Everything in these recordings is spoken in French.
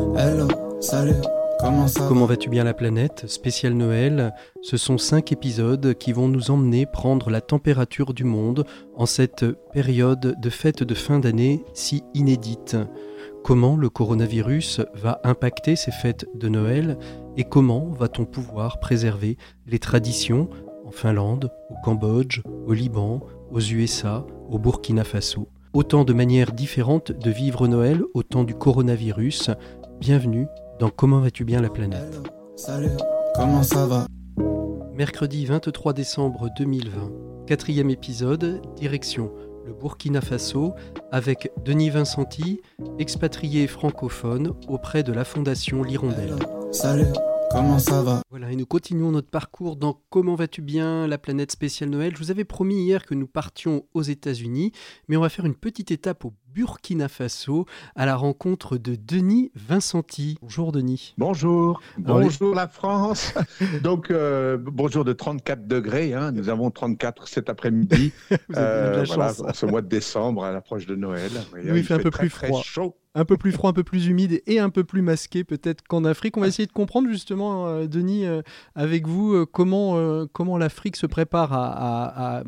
Hello, salut, comment ça va? Comment vas-tu bien la planète, spécial Noël. Ce sont 5 épisodes qui vont nous emmener prendre la température du monde en cette période de fête de fin d'année si inédite. Comment le coronavirus va impacter ces fêtes de Noël et comment va-t-on pouvoir préserver les traditions en Finlande, au Cambodge, au Liban, aux USA, au Burkina Faso. Autant de manières différentes de vivre Noël au temps du coronavirus. Bienvenue dans Comment vas-tu bien la planète. Hello, salut, comment ça va? Mercredi 23 décembre 2020, 4e épisode, direction le Burkina Faso avec Denis Vincenti, expatrié francophone auprès de la Fondation L'Hirondelle. Hello, salut, comment ça va? Voilà, et nous continuons notre parcours dans Comment vas-tu bien, la planète spéciale Noël. Je vous avais promis hier que nous partions aux États-Unis, mais on va faire une petite étape au Burkina Faso à la rencontre de Denis Vincenti. Bonjour Denis. Bonjour, bonjour la France. Donc bonjour de 34 degrés, hein. Nous avons 34 cet après-midi. Vous avez de la chance. En ce mois de décembre, à l'approche de Noël. Oui, il fait un peu plus froid. Chaud. Un peu plus froid, un peu plus humide et un peu plus masqué peut-être qu'en Afrique. On va essayer de comprendre justement, Denis, avec vous, comment l'Afrique se prépare à...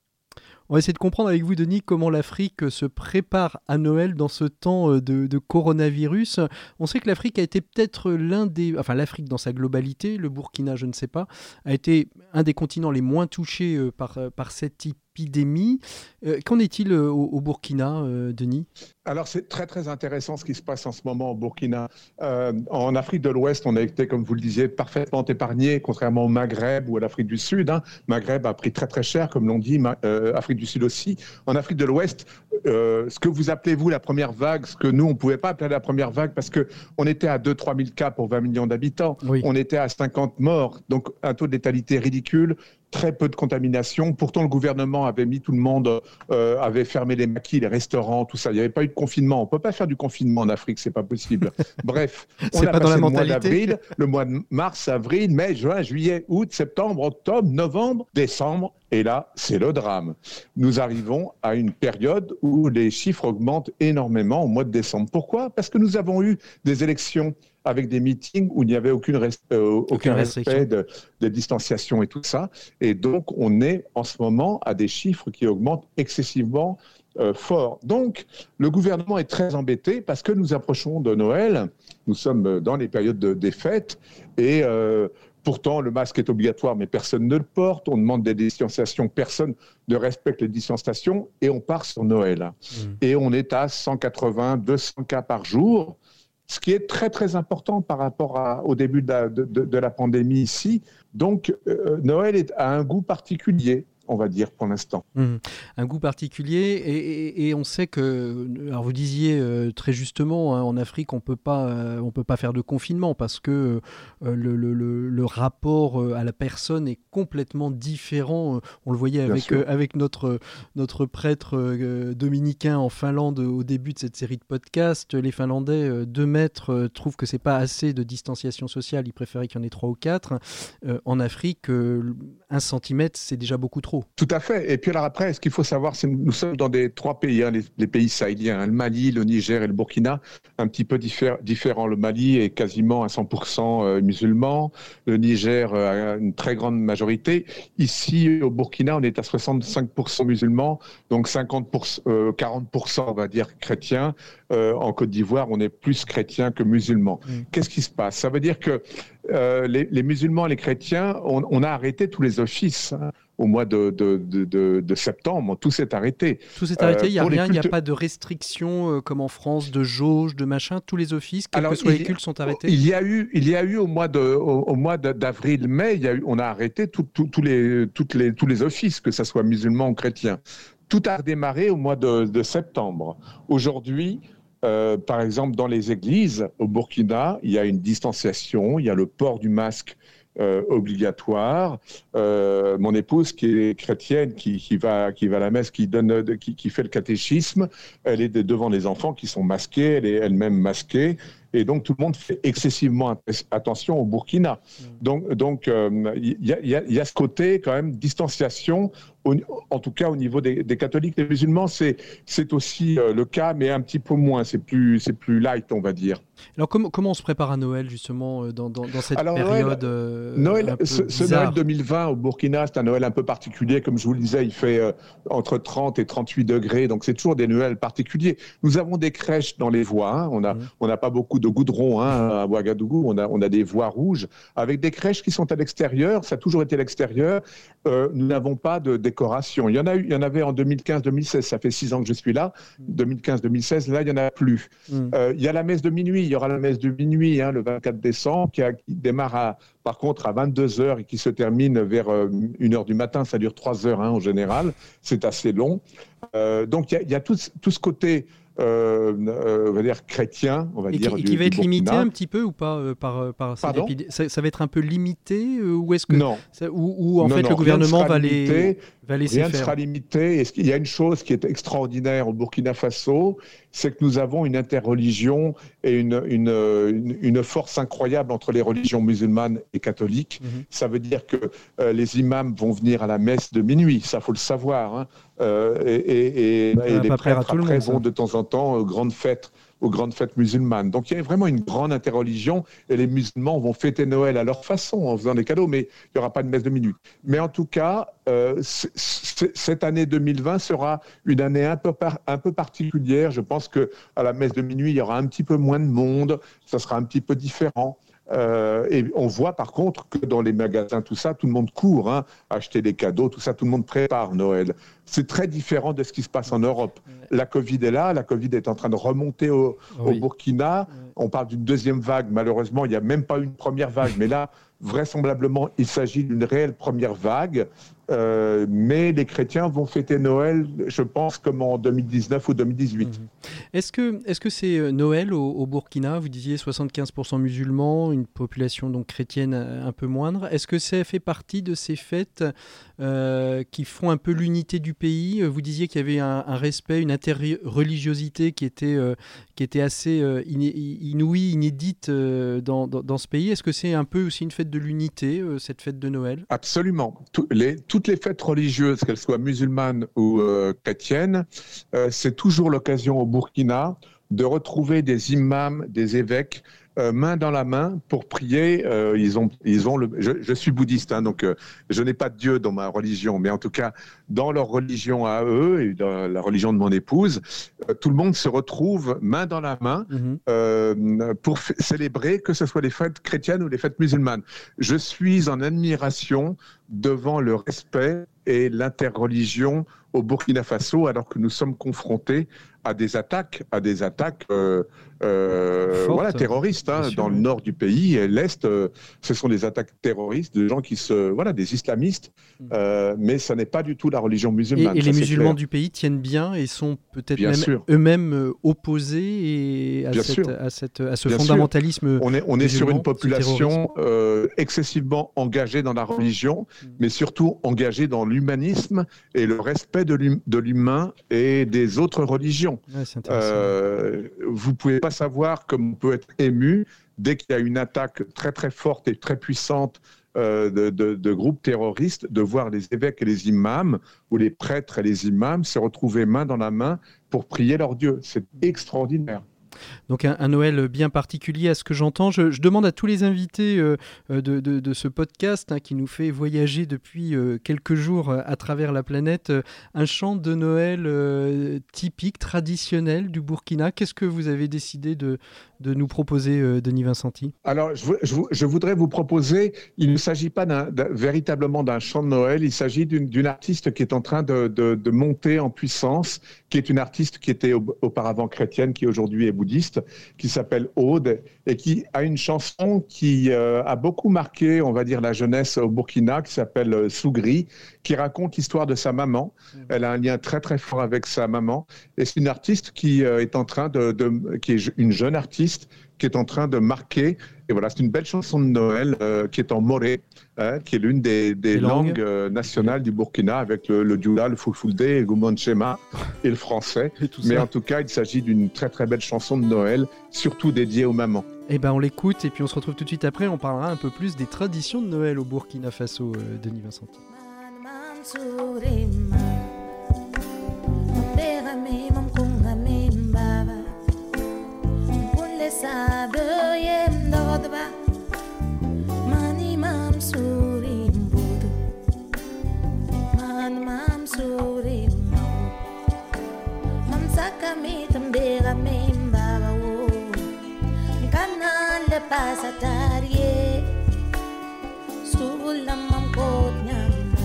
On va essayer de comprendre avec vous, Denis, comment l'Afrique se prépare à Noël dans ce temps de coronavirus. On sait que l'Afrique a été peut-être l'Afrique dans sa globalité, le Burkina, je ne sais pas, a été un des continents les moins touchés par cette épidémie. Qu'en est-il au Burkina, Denis ? Alors, c'est très, très intéressant ce qui se passe en ce moment au Burkina. En Afrique de l'Ouest, on a été, comme vous le disiez, parfaitement épargné, contrairement au Maghreb ou à l'Afrique du Sud. Maghreb a pris très, très cher, comme l'ont dit, Afrique du Sud aussi. En Afrique de l'Ouest, ce que vous appelez, vous, la première vague, ce que nous, on ne pouvait pas appeler la première vague parce qu'on était à 2-3 000 cas pour 20 millions d'habitants. Oui. On était à 50 morts, donc un taux de létalité ridicule. Très peu de contamination. Pourtant, le gouvernement avait mis tout le monde, avait fermé les maquis, les restaurants, tout ça. Il n'y avait pas eu de confinement. On ne peut pas faire du confinement en Afrique, c'est pas possible. Bref, on a passé le mois d'avril, le mois de mars, avril, mai, juin, juillet, août, septembre, octobre, novembre, décembre. Et là, c'est le drame. Nous arrivons à une période où les chiffres augmentent énormément au mois de décembre. Pourquoi ? Parce que nous avons eu des élections avec des meetings où il n'y avait aucun respect de distanciation et tout ça. Et donc, on est en ce moment à des chiffres qui augmentent excessivement fort. Donc, le gouvernement est très embêté parce que nous approchons de Noël. Nous sommes dans les périodes des fêtes et pourtant, le masque est obligatoire, mais personne ne le porte. On demande des distanciations, personne ne respecte les distanciations et on part sur Noël. Et on est à 180, 200 cas par jour. Ce qui est très, très important par rapport au début de la pandémie ici. Donc, Noël a un goût particulier, on va dire, pour l'instant. Un goût particulier et on sait que, alors vous disiez très justement, en Afrique, on peut pas faire de confinement parce que le rapport à la personne est complètement différent. On le voyait avec notre prêtre dominicain en Finlande au début de cette série de podcasts. Les Finlandais, 2 mètres, trouvent que c'est pas assez de distanciation sociale. Ils préféraient qu'il y en ait 3 ou 4. En Afrique, 1 centimètre, c'est déjà beaucoup trop. Tout à fait. Et puis alors après, ce qu'il faut savoir, c'est que nous sommes dans 3 pays, les pays sahéliens, le Mali, le Niger et le Burkina, un petit peu différents. Le Mali est quasiment à 100% musulman, le Niger a une très grande majorité. Ici, au Burkina, on est à 65% musulmans, donc 40%, on va dire, chrétiens. En Côte d'Ivoire, on est plus chrétiens que musulmans. Qu'est-ce qui se passe ? Ça veut dire que les musulmans et les chrétiens, on a arrêté tous les offices au mois de septembre. Tout s'est arrêté. Tout s'est arrêté, il n'y a rien, il n'y a pas de restrictions comme en France, de jauge, de machin. Tous les offices, quels que soient les cultes, sont arrêtés. Il y a eu au mois d'avril-mai, on a arrêté tous les offices, que ce soit musulmans ou chrétiens. Tout a redémarré au mois de septembre. Aujourd'hui, par exemple, dans les églises au Burkina, il y a une distanciation, il y a le port du masque obligatoire. Mon épouse, qui est chrétienne, qui va à la messe, qui fait le catéchisme, elle est devant les enfants qui sont masqués, elle est elle-même masquée. Et donc, tout le monde fait excessivement attention au Burkina. Donc, il y a ce côté, quand même, distanciation, en tout cas au niveau des catholiques. Les musulmans, c'est aussi le cas, mais un petit peu moins. C'est plus light, on va dire. Alors, comment on se prépare à Noël, justement, dans cette période Noël, un peu ce bizarre. Noël 2020 au Burkina, c'est un Noël un peu particulier. Comme je vous le disais, il fait entre 30 et 38 degrés. Donc, c'est toujours des Noëls particuliers. Nous avons des crèches dans les voies. Hein. On n'a pas beaucoup de goudron à Ouagadougou. On a des voies rouges avec des crèches qui sont à l'extérieur. Ça a toujours été à l'extérieur. Nous n'avons pas de décoration. Il y en avait en 2015-2016. Ça fait 6 ans que je suis là. 2015-2016, là, il n'y en a plus. Il y a la messe de minuit. Il y aura la messe de minuit, le 24 décembre, qui démarre par contre à 22h et qui se termine vers 1h du matin. Ça dure 3 heures en général. C'est assez long. Donc il y a tout ce côté, on va dire chrétien, on va dire. Et qui va être limité un petit peu ou pas par cette épidémie. Ça va être un peu limité ou est-ce que non. Ou en fait le gouvernement va laisser rien faire. Ne sera limité. Il y a une chose qui est extraordinaire au Burkina Faso, c'est que nous avons une interreligion et une force incroyable entre les religions musulmanes et catholiques. Ça veut dire que les imams vont venir à la messe de minuit, ça faut le savoir. Et les prêtres après vont de temps en temps aux grandes fêtes musulmanes. Donc il y a vraiment une grande interreligion et les musulmans vont fêter Noël à leur façon en faisant des cadeaux, mais il n'y aura pas de messe de minuit. Mais en tout cas, cette année 2020 sera une année un peu particulière. Je pense qu'à la messe de minuit, il y aura un petit peu moins de monde, ça sera un petit peu différent. Et on voit par contre que dans les magasins, tout ça, tout le monde court, acheter des cadeaux, tout ça, tout le monde prépare Noël. C'est très différent de ce qui se passe en Europe. La Covid est là, la Covid est en train de remonter au Burkina. On parle d'une deuxième vague, malheureusement, il n'y a même pas une première vague, mais là, vraisemblablement, il s'agit d'une réelle première vague. Mais les chrétiens vont fêter Noël, je pense, comme en 2019 ou 2018. Est-ce que c'est Noël au Burkina? Vous disiez 75% musulmans, une population donc chrétienne un peu moindre. Est-ce que ça fait partie de ces fêtes qui font un peu l'unité du pays? Vous disiez qu'il y avait un respect, une interreligiosité qui était assez inouïe, inédite dans ce pays. Est-ce que c'est un peu aussi une fête de l'unité, cette fête de Noël? Absolument. Toutes les fêtes religieuses, qu'elles soient musulmanes ou chrétiennes, c'est toujours l'occasion au Burkina de retrouver des imams, des évêques, main dans la main pour prier. Je suis bouddhiste, donc je n'ai pas de Dieu dans ma religion, mais en tout cas, dans leur religion à eux et dans la religion de mon épouse, tout le monde se retrouve main dans la main pour célébrer, que ce soit les fêtes chrétiennes ou les fêtes musulmanes. Je suis en admiration devant le respect et l'interreligion au Burkina Faso, alors que nous sommes confrontés à des attaques terroristes dans le nord du pays et l'est. Ce sont des attaques terroristes de gens des islamistes, mais ce n'est pas du tout la religion musulmane. Et les musulmans du pays tiennent bien et sont peut-être même eux-mêmes opposés à ce fondamentalisme. On est sur une population excessivement engagée dans la religion, mais surtout engagée dans l'humanisme et le respect de l'humain et des autres religions. Ouais, c'est intéressant. Vous ne pouvez pas savoir comme on peut être ému dès qu'il y a une attaque très très forte et très puissante de groupes terroristes, de voir les évêques et les imams ou les prêtres et les imams se retrouver main dans la main pour prier leur Dieu. C'est extraordinaire. Donc un Noël bien particulier à ce que j'entends. Je demande à tous les invités de ce podcast qui nous fait voyager depuis quelques jours à travers la planète, un chant de Noël typique, traditionnel du Burkina. Qu'est-ce que vous avez décidé de nous proposer, Denis Vincenti? Alors, je voudrais vous proposer, il ne s'agit pas véritablement d'un chant de Noël, il s'agit d'une artiste qui est en train de monter en puissance, qui est une artiste qui était auparavant chrétienne, qui aujourd'hui est bouddhiste, qui s'appelle Aude, et qui a une chanson qui a beaucoup marqué, on va dire, la jeunesse au Burkina, qui s'appelle Sougri, qui raconte l'histoire de sa maman. Elle a un lien très très fort avec sa maman, et c'est une artiste qui est en train qui est une jeune artiste, qui est en train de marquer. Et voilà, c'est une belle chanson de Noël qui est en moré, qui est l'une des langues nationales du Burkina, avec le dioula, le fulfulde, le gumanchema et le français. Mais en tout cas, il s'agit d'une très très belle chanson de Noël, surtout dédiée aux mamans. Eh ben on l'écoute et puis on se retrouve tout de suite après. On parlera un peu plus des traditions de Noël au Burkina Faso, Denis Vincenti. Pasatarie sulam mamkot nyamba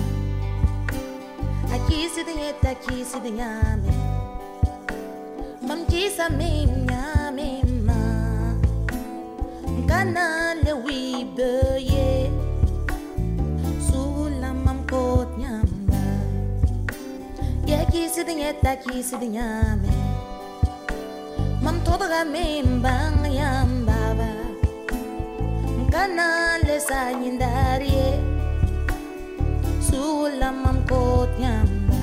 aki sidinyame mam kisa nyame ma kana le wibe ye sulam mamkot nyamba ya ki sidinyame mam todaga membang yamba kana le sanyendarie sulam mamkot nyamba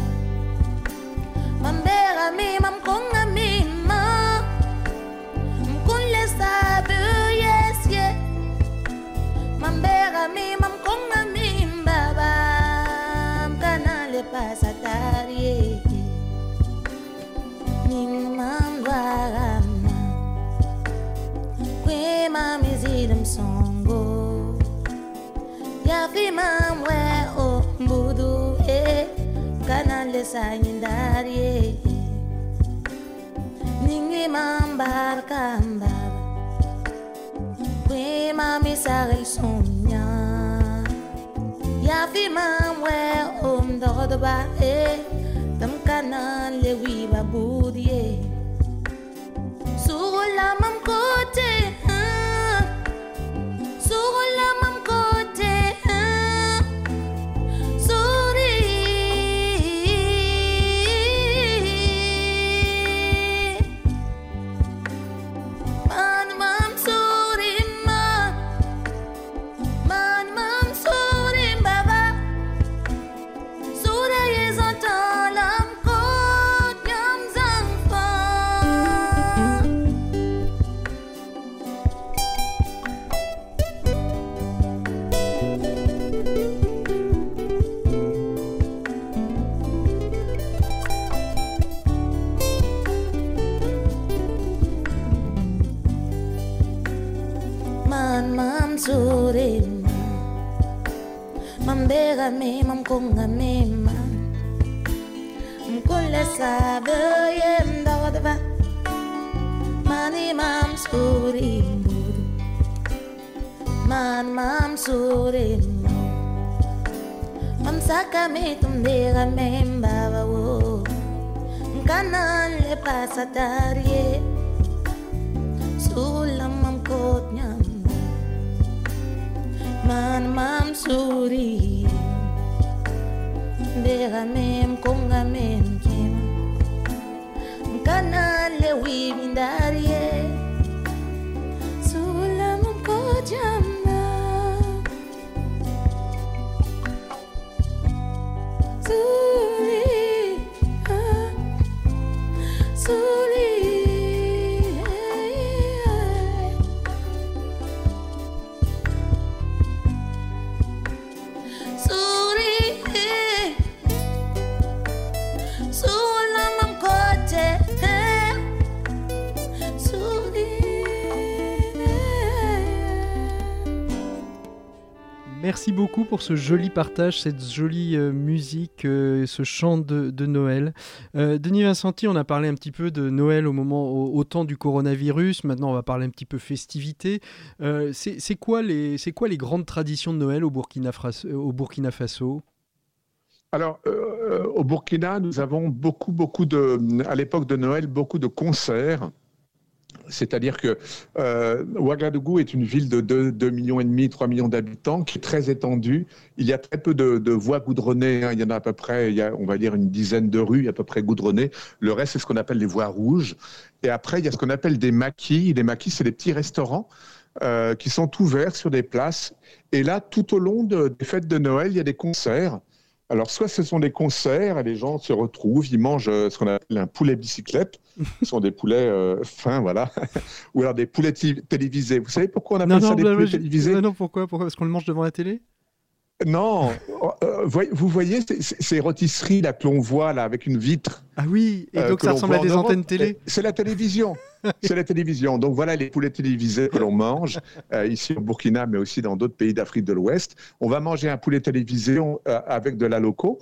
mambera mi mamkonga mi ma mkun le sabe yes ye mambera mi mamkonga mi baba kana le pasatarie min mandwarama kwe mami zidam son ya fi mamwe o mbudu kanale sanyindari ningi mambar kambar kwe mami sari sonya ya fi mamwe o mdodoba tam kanale wiba budye sula mamkote sula mamkote me mamkonga me ma mkola sabe yem dodva mani mam suri mburu man mam suri mam saka me tumdega me mbava wo kanan le pasatarie sulam mamkot nyamba man mam suri Degamem kongamem kema kanale wibindarie sulam kojamba suri suri Merci beaucoup pour ce joli partage, cette jolie musique, ce chant de Noël. Denis Vincenti, on a parlé un petit peu de Noël au temps du coronavirus. Maintenant, on va parler un petit peu festivité. C'est quoi les grandes traditions de Noël au Burkina Faso ? Alors, au Burkina, nous avons à l'époque de Noël, beaucoup de concerts C'est-à-dire que Ouagadougou est une ville de 2,5 millions, 3 millions d'habitants, qui est très étendue. Il y a très peu de voies goudronnées. Il y en a à peu près, on va dire, une dizaine de rues à peu près goudronnées. Le reste, c'est ce qu'on appelle les voies rouges. Et après, il y a ce qu'on appelle des maquis. Les maquis, c'est des petits restaurants qui sont ouverts sur des places. Et là, tout au long des fêtes de Noël, il y a des concerts. Alors, soit ce sont des concerts et les gens se retrouvent, ils mangent ce qu'on appelle un poulet bicyclette. Ce sont des poulets fins, voilà. Ou alors des poulets télévisés. Vous savez pourquoi on appelle ça des poulets télévisés ? Non, pourquoi ? Parce qu'on le mange devant la télé ? Non. Vous voyez ces rôtisseries là, que l'on voit là, avec une vitre. Ah oui, et donc ça ressemble à des antennes télé. C'est la télévision. C'est la télévision. Donc voilà les poulets télévisés que l'on mange ici au Burkina, mais aussi dans d'autres pays d'Afrique de l'Ouest. On va manger un poulet télévisé avec de la loco.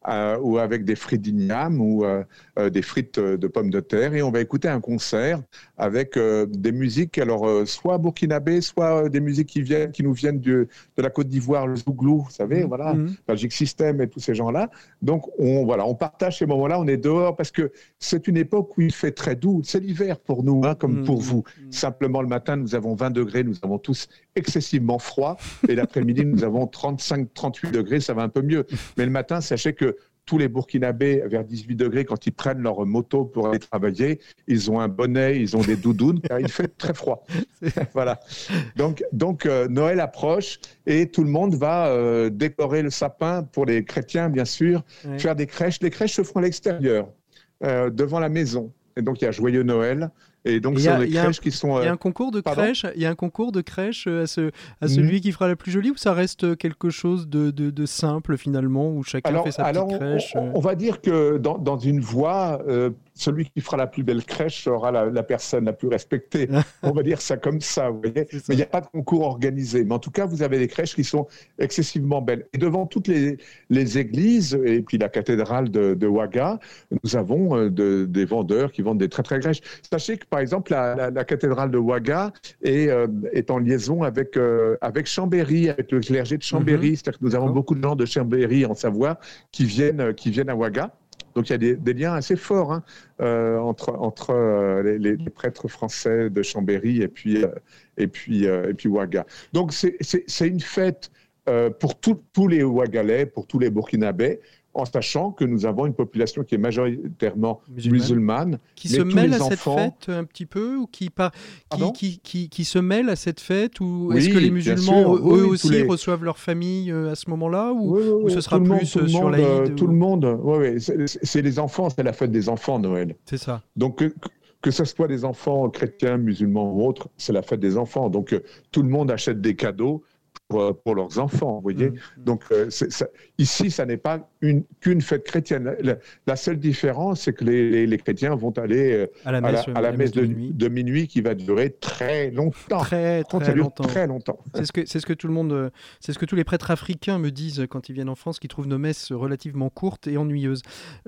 Ou avec des frites d'igname ou des frites de pommes de terre, et on va écouter un concert avec des musiques, alors soit burkinabé, soit des musiques qui nous viennent de la Côte d'Ivoire, le Zouglou, vous savez, voilà, Magic System et tous ces gens-là. Donc on partage ces moments-là, on est dehors parce que c'est une époque où il fait très doux. C'est l'hiver pour nous, comme pour vous. Simplement le matin, nous avons 20 degrés, nous avons tous excessivement froid, et l'après-midi, nous avons 35-38 degrés, ça va un peu mieux. Mais le matin, sachez que tous les Burkinabés, vers 18 degrés, quand ils prennent leur moto pour aller travailler, ils ont un bonnet, ils ont des doudounes, car il fait très froid. Voilà. Donc Noël approche et tout le monde va décorer le sapin pour les chrétiens, bien sûr, faire des crèches. Les crèches se font à l'extérieur, devant la maison. Et donc, il y a Joyeux Noël. Et donc, ce sont des crèches qui sont... Il y a un concours de crèche. Il y a un concours de crèche à celui qui fera la plus jolie, ou ça reste quelque chose de simple finalement, où chacun fait sa petite crèche. On va dire que dans une voie, celui qui fera la plus belle crèche sera la personne la plus respectée. On va dire ça comme ça, vous voyez. Mais il n'y a pas de concours organisé. Mais en tout cas, vous avez des crèches qui sont excessivement belles. Et devant toutes les églises, et puis la cathédrale de Ouaga, nous avons des vendeurs qui vendent des très très crèches. Sachez que par exemple, la cathédrale de Ouaga est en liaison avec Chambéry, avec le clergé de Chambéry. C'est-à-dire que nous avons beaucoup de gens de Chambéry en Savoie qui viennent à Ouaga. Donc il y a des liens assez forts entre les prêtres français de Chambéry et puis Ouaga. Donc c'est une fête pour tous les Ouagalais, pour tous les Burkinabés, en sachant que nous avons une population qui est majoritairement musulmane. Qui se mêle à cette fête un petit peu, ou qui se mêle à cette fête, ou est-ce que les musulmans, eux aussi, reçoivent leur famille à ce moment-là, ou ce sera plus sur l'Aïd Tout le monde, c'est les enfants, c'est la fête des enfants, Noël. C'est ça. Donc, que ce soit des enfants chrétiens, musulmans ou autres, c'est la fête des enfants. Donc, tout le monde achète des cadeaux pour leurs enfants, vous voyez. Donc, ici, ça n'est pas qu'une fête chrétienne. La seule différence, c'est que les chrétiens vont aller à la messe de minuit qui va durer très longtemps. Très longtemps. Très longtemps. C'est ce que tous les prêtres africains me disent quand ils viennent en France, qu'ils trouvent nos messes relativement courtes et ennuyeuses. Et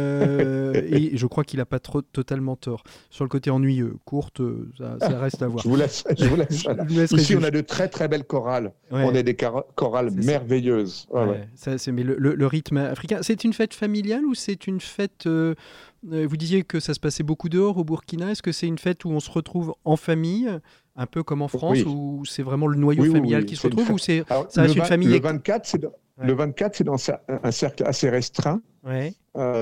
je crois qu'il n'a pas totalement tort. Sur le côté ennuyeux, courte, ça reste à voir. Je vous laisse. Ici, on a de très très belles chorales. Ouais. On a des chorales merveilleuses. Mais le rythme africain, c'est une fête familiale ou c'est une fête... vous disiez que ça se passait beaucoup dehors au Burkina. Est-ce que c'est une fête où on se retrouve en famille, un peu comme en France, ou c'est vraiment le noyau familial qui se retrouve, ou ça reste une famille... Le 24, c'est dans un cercle assez restreint. Ouais.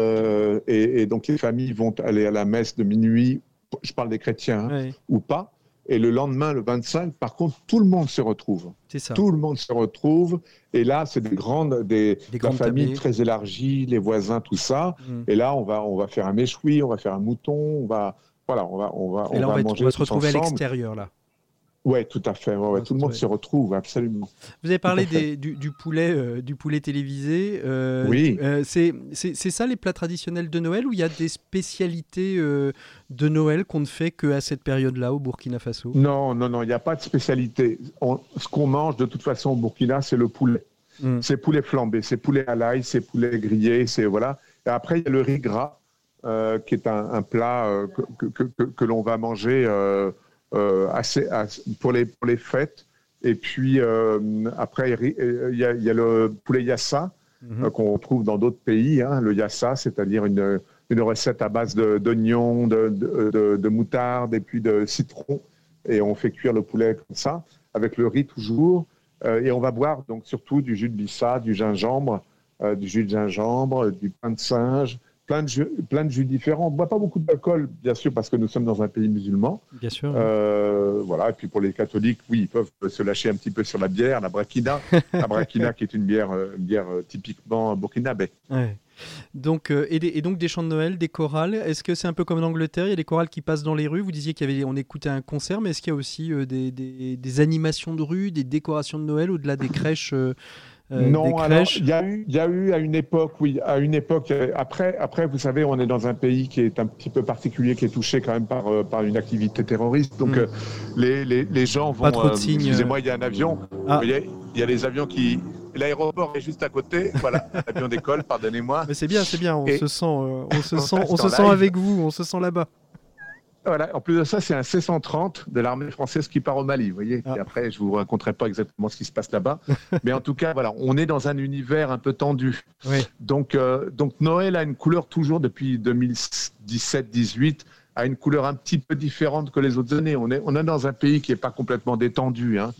Et donc les familles vont aller à la messe de minuit, je parle des chrétiens, ou pas. Et le lendemain, le 25, par contre, tout le monde se retrouve. C'est ça. Tout le monde se retrouve. Et là, c'est des grandes familles très élargies, les voisins, tout ça. Et là, on va faire un méchoui, on va faire un mouton, on va manger on va se retrouver ensemble. À l'extérieur, là. Oui, tout à fait. Tout le monde s'y retrouve, absolument. Vous avez parlé du poulet télévisé. Oui. C'est ça les plats traditionnels de Noël, ou il y a des spécialités de Noël qu'on ne fait qu'à cette période-là au Burkina Faso ? Non, il n'y a pas de spécialité. Ce qu'on mange de toute façon au Burkina, c'est le poulet. C'est poulet flambé, c'est poulet à l'ail, c'est poulet grillé, voilà. Et après, il y a le riz gras, qui est un plat que l'on va manger... pour les fêtes. Et puis après il y a le poulet yassa qu'on retrouve dans d'autres pays, le yassa, c'est-à-dire une recette à base d'oignons, de moutarde et puis de citron. Et on fait cuire le poulet comme ça, avec le riz toujours. Et on va boire donc surtout du jus de bissap, du gingembre, du pain de singe, plein de jus différents. On ne boit pas beaucoup d'alcool, bien sûr, parce que nous sommes dans un pays musulman. Bien sûr. Voilà. Et puis pour les catholiques, oui, ils peuvent se lâcher un petit peu sur la bière, la brakina. La brakina qui est une bière typiquement burkinabé. Ouais. Donc, et donc des chants de Noël, des chorales. Est-ce que c'est un peu comme en Angleterre? Il y a des chorales qui passent dans les rues. Vous disiez on écoutait un concert, mais est-ce qu'il y a aussi des animations de rue, des décorations de Noël au-delà des crèches? Non, alors il y a eu à une époque, oui, après, vous savez, on est dans un pays qui est un petit peu particulier, qui est touché quand même par une activité terroriste. Donc les gens vont. Pas trop de signes. Excusez-moi, il y a un avion. Ah. Vous voyez, il y a les avions qui. L'aéroport est juste à côté. Voilà, l'avion décolle. Pardonnez-moi. Mais c'est bien. On se sent live. avec vous. On se sent là-bas. Voilà. En plus de ça, c'est un C-130 de l'armée française qui part au Mali. Vous voyez. Et après, je vous raconterai pas exactement ce qui se passe là-bas, mais en tout cas, voilà, on est dans un univers un peu tendu. Oui. Donc Noël a une couleur toujours depuis 2017-18, a une couleur un petit peu différente que les autres années. On est dans un pays qui est pas complètement détendu. Hein.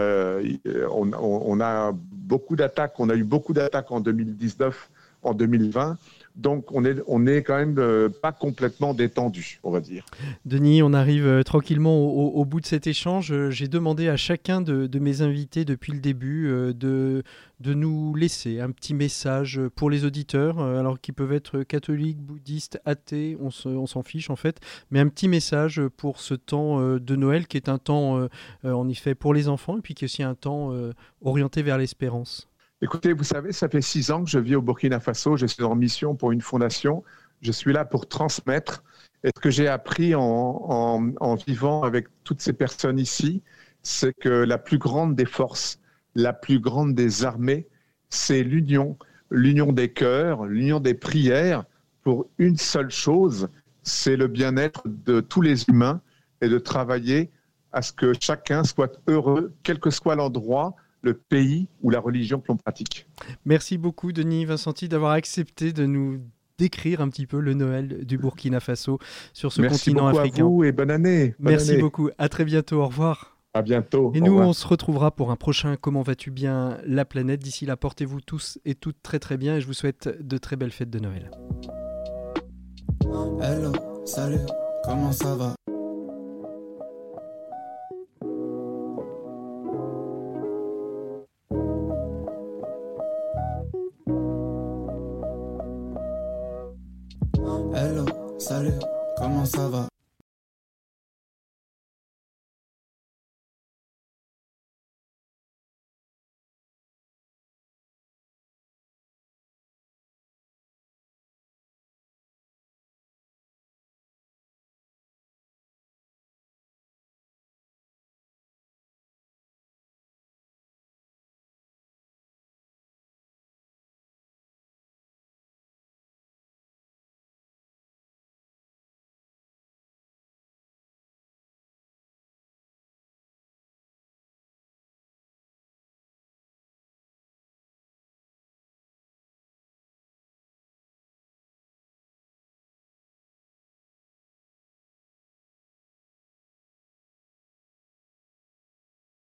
On a beaucoup d'attaques. On a eu beaucoup d'attaques en 2019, en 2020. Donc, on est quand même pas complètement détendu, on va dire. Denis, on arrive tranquillement au bout de cet échange. J'ai demandé à chacun de mes invités depuis le début de nous laisser un petit message pour les auditeurs, alors qu'ils peuvent être catholiques, bouddhistes, athées, on s'en fiche en fait, mais un petit message pour ce temps de Noël qui est un temps en effet pour les enfants et puis qui est aussi un temps orienté vers l'espérance. Écoutez, vous savez, ça fait 6 ans que je vis au Burkina Faso. Je suis en mission pour une fondation. Je suis là pour transmettre. Et ce que j'ai appris en vivant avec toutes ces personnes ici, c'est que la plus grande des forces, la plus grande des armées, c'est l'union des cœurs, l'union des prières pour une seule chose, c'est le bien-être de tous les humains et de travailler à ce que chacun soit heureux, quel que soit l'endroit, le pays ou la religion que l'on pratique. Merci beaucoup Denis Vincenti d'avoir accepté de nous décrire un petit peu le Noël du Burkina Faso sur ce continent africain. Merci beaucoup à vous et bonne année. Merci beaucoup, à très bientôt, au revoir. À bientôt. Et nous, on se retrouvera pour un prochain Comment vas-tu bien la planète. D'ici là, portez-vous tous et toutes très très bien et je vous souhaite de très belles fêtes de Noël. Hello, salut, comment ça va? Hello, salut, comment ça va?